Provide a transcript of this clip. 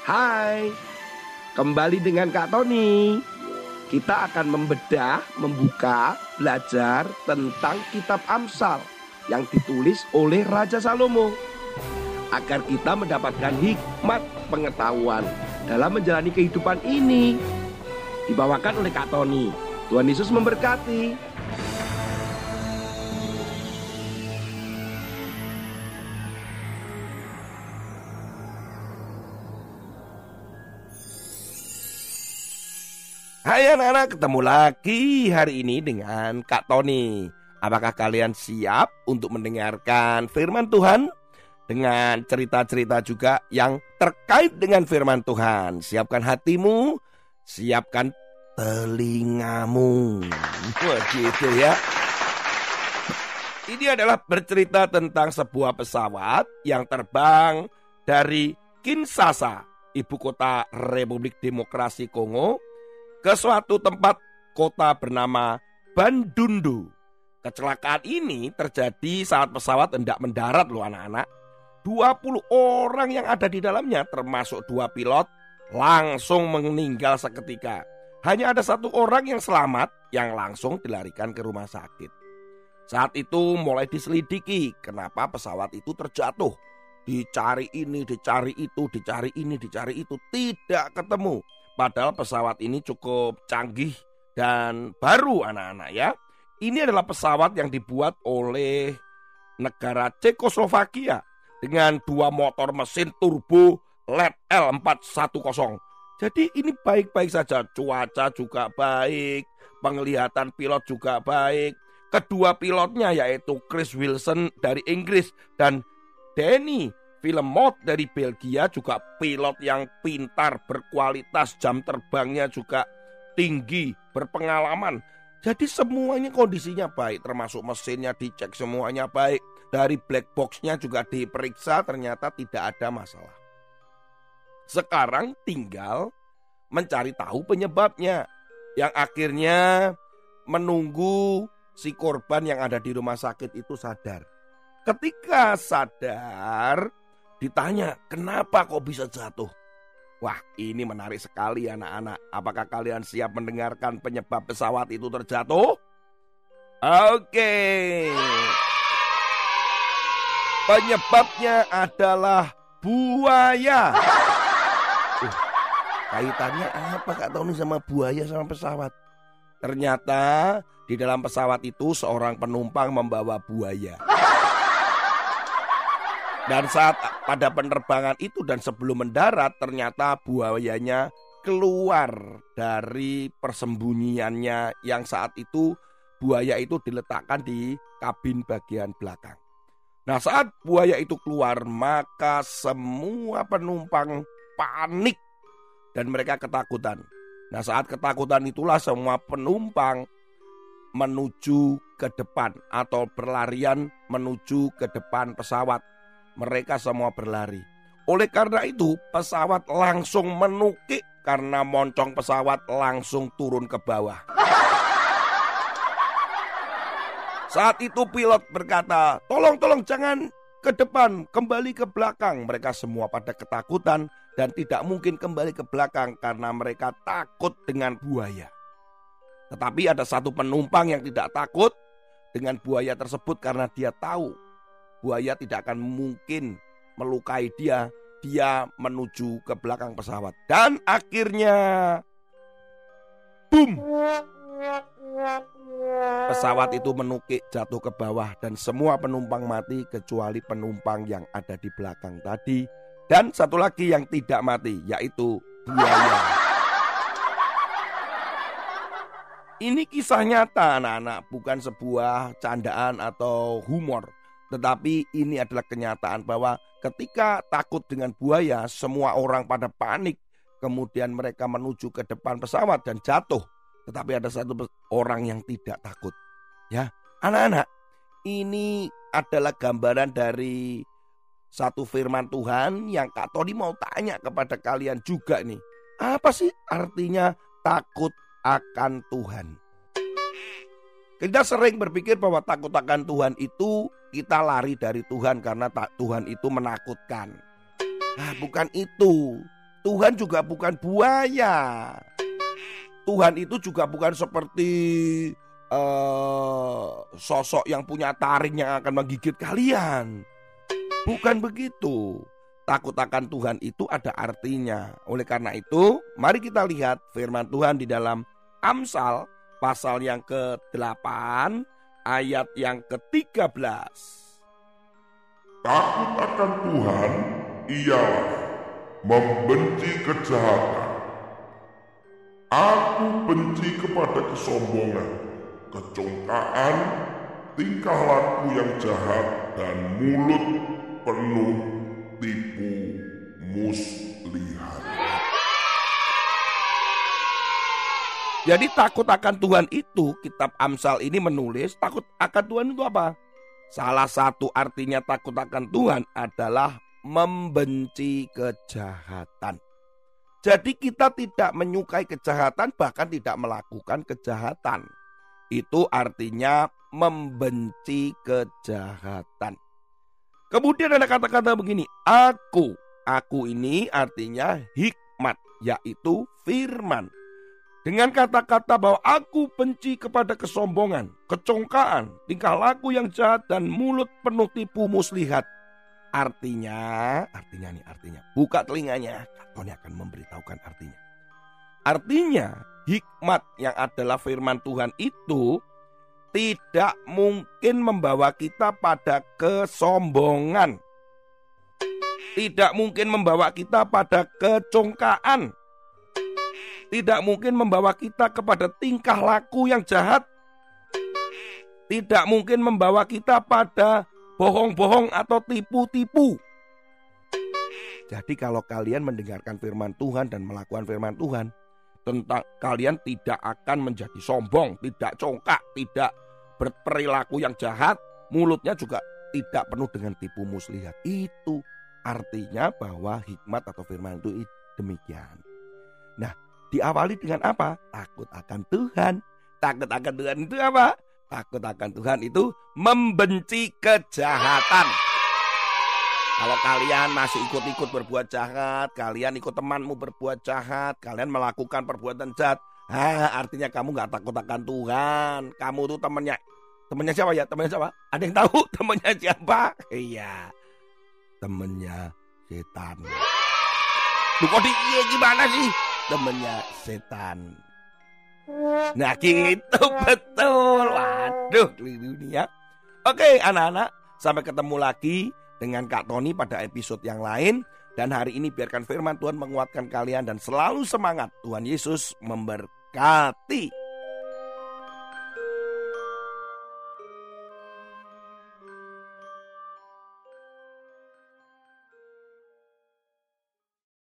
Hai, kembali dengan Kak Tony. Kita akan membedah, membuka, belajar tentang kitab Amsal yang ditulis oleh Raja Salomo, agar kita mendapatkan hikmat pengetahuan dalam menjalani kehidupan ini. Dibawakan oleh Kak Tony. Tuhan Yesus memberkati. Hai anak-anak, ketemu lagi hari ini dengan Kak Tony. Apakah kalian siap untuk mendengarkan firman Tuhan? Dengan cerita-cerita juga yang terkait dengan firman Tuhan. Siapkan hatimu, siapkan telingamu. Begitu ya. Ini adalah bercerita tentang sebuah pesawat yang terbang dari Kinshasa, ibu kota Republik Demokrasi Kongo, ke suatu tempat kota bernama Bandundu. Kecelakaan ini terjadi saat pesawat hendak mendarat loh anak-anak. 20 orang yang ada di dalamnya termasuk 2 pilot langsung meninggal seketika. Hanya ada 1 orang yang selamat yang langsung dilarikan ke rumah sakit. Saat itu mulai diselidiki kenapa pesawat itu terjatuh. Dicari ini, dicari itu, dicari ini, dicari itu, tidak ketemu. Padahal pesawat ini cukup canggih dan baru anak-anak ya. Ini adalah pesawat yang dibuat oleh negara Cekoslovakia dengan 2 motor mesin turbo LED L410. Jadi ini baik-baik saja. Cuaca juga baik, penglihatan pilot juga baik. Kedua pilotnya yaitu Chris Wilson dari Inggris dan Danny Villemot dari Belgia, juga pilot yang pintar, berkualitas, jam terbangnya juga tinggi, berpengalaman. Jadi semuanya kondisinya baik, termasuk mesinnya dicek semuanya baik. Dari black boxnya juga diperiksa, ternyata tidak ada masalah. Sekarang tinggal mencari tahu penyebabnya, yang akhirnya menunggu si korban yang ada di rumah sakit itu sadar. Ketika sadar, ditanya, kenapa kok bisa jatuh? Wah, ini menarik sekali anak-anak. Apakah kalian siap mendengarkan penyebab pesawat itu terjatuh? Oke. Penyebabnya adalah buaya. Kaitannya apa Kak Tony sama buaya sama pesawat? Ternyata di dalam pesawat itu seorang penumpang membawa buaya. Dan saat pada penerbangan itu dan sebelum mendarat, ternyata buayanya keluar dari persembunyiannya yang saat itu buaya itu diletakkan di kabin bagian belakang. Nah, saat buaya itu keluar, maka semua penumpang panik dan mereka ketakutan. Nah, saat ketakutan itulah semua penumpang menuju ke depan atau berlarian menuju ke depan pesawat. Mereka semua berlari. Oleh karena itu pesawat langsung menukik karena moncong pesawat langsung turun ke bawah. Saat itu pilot berkata, tolong jangan ke depan, kembali ke belakang. Mereka semua pada ketakutan dan tidak mungkin kembali ke belakang karena mereka takut dengan buaya. Tetapi ada satu penumpang yang tidak takut dengan buaya tersebut karena dia tahu buaya tidak akan mungkin melukai dia. Dia menuju ke belakang pesawat. Dan akhirnya boom! Pesawat itu menukik jatuh ke bawah dan semua penumpang mati kecuali penumpang yang ada di belakang tadi. Dan satu lagi yang tidak mati, yaitu buaya. Ini kisah nyata anak-anak, bukan sebuah candaan atau humor. Tetapi ini adalah kenyataan bahwa ketika takut dengan buaya, semua orang pada panik. Kemudian mereka menuju ke depan pesawat dan jatuh. Tetapi ada satu orang yang tidak takut. Ya, anak-anak, ini adalah gambaran dari satu firman Tuhan yang Kak Tony mau tanya kepada kalian juga nih. Apa sih artinya takut akan Tuhan? Kita sering berpikir bahwa takut akan Tuhan itu kita lari dari Tuhan karena Tuhan itu menakutkan. Nah, bukan itu. Tuhan juga bukan buaya. Tuhan itu juga bukan seperti sosok yang punya taring yang akan menggigit kalian. Bukan begitu. Takut akan Tuhan itu ada artinya. Oleh karena itu, mari kita lihat firman Tuhan di dalam Amsal pasal yang ke-8 ayat yang ke-13. Takut akan Tuhan ialah membenci kejahatan. Aku benci kepada kesombongan, kecongkaan, tingkah laku yang jahat, dan mulut penuh tipu muslihat. Jadi takut akan Tuhan itu, kitab Amsal ini menulis takut akan Tuhan itu apa? Salah satu artinya takut akan Tuhan adalah membenci kejahatan. Jadi kita tidak menyukai kejahatan, bahkan tidak melakukan kejahatan. Itu artinya membenci kejahatan. Kemudian ada kata-kata begini, aku. Aku ini artinya hikmat, yaitu firman. Dengan kata-kata bahwa aku benci kepada kesombongan, kecongkaan, tingkah laku yang jahat, dan mulut penuh tipu muslihat. Artinya. Buka telinganya, Tony akan memberitahukan artinya. Artinya, hikmat yang adalah firman Tuhan itu tidak mungkin membawa kita pada kesombongan. Tidak mungkin membawa kita pada kecongkaan. Tidak mungkin membawa kita kepada tingkah laku yang jahat. Tidak mungkin membawa kita pada bohong-bohong atau tipu-tipu. Jadi kalau kalian mendengarkan firman Tuhan dan melakukan firman Tuhan, tentang kalian tidak akan menjadi sombong, tidak congkak, tidak berperilaku yang jahat, mulutnya juga tidak penuh dengan tipu muslihat. Itu artinya bahwa hikmat atau firman itu demikian. Nah, diawali dengan apa? Takut akan Tuhan. Takut akan Tuhan itu apa? Takut akan Tuhan itu membenci kejahatan. Kalau kalian masih ikut-ikut berbuat jahat, kalian ikut temanmu berbuat jahat, kalian melakukan perbuatan jahat, artinya kamu gak takut akan Tuhan. Kamu tuh temannya siapa ya? Temannya siapa? Ada yang tahu temannya siapa? Iya, temannya setan. Duh, kok gimana sih? Temannya setan. Nah gitu, betul. Waduh, dunia. Oke anak-anak, sampai ketemu lagi dengan Kak Tony pada episode yang lain. Dan hari ini biarkan firman Tuhan menguatkan kalian dan selalu semangat. Tuhan Yesus memberkati.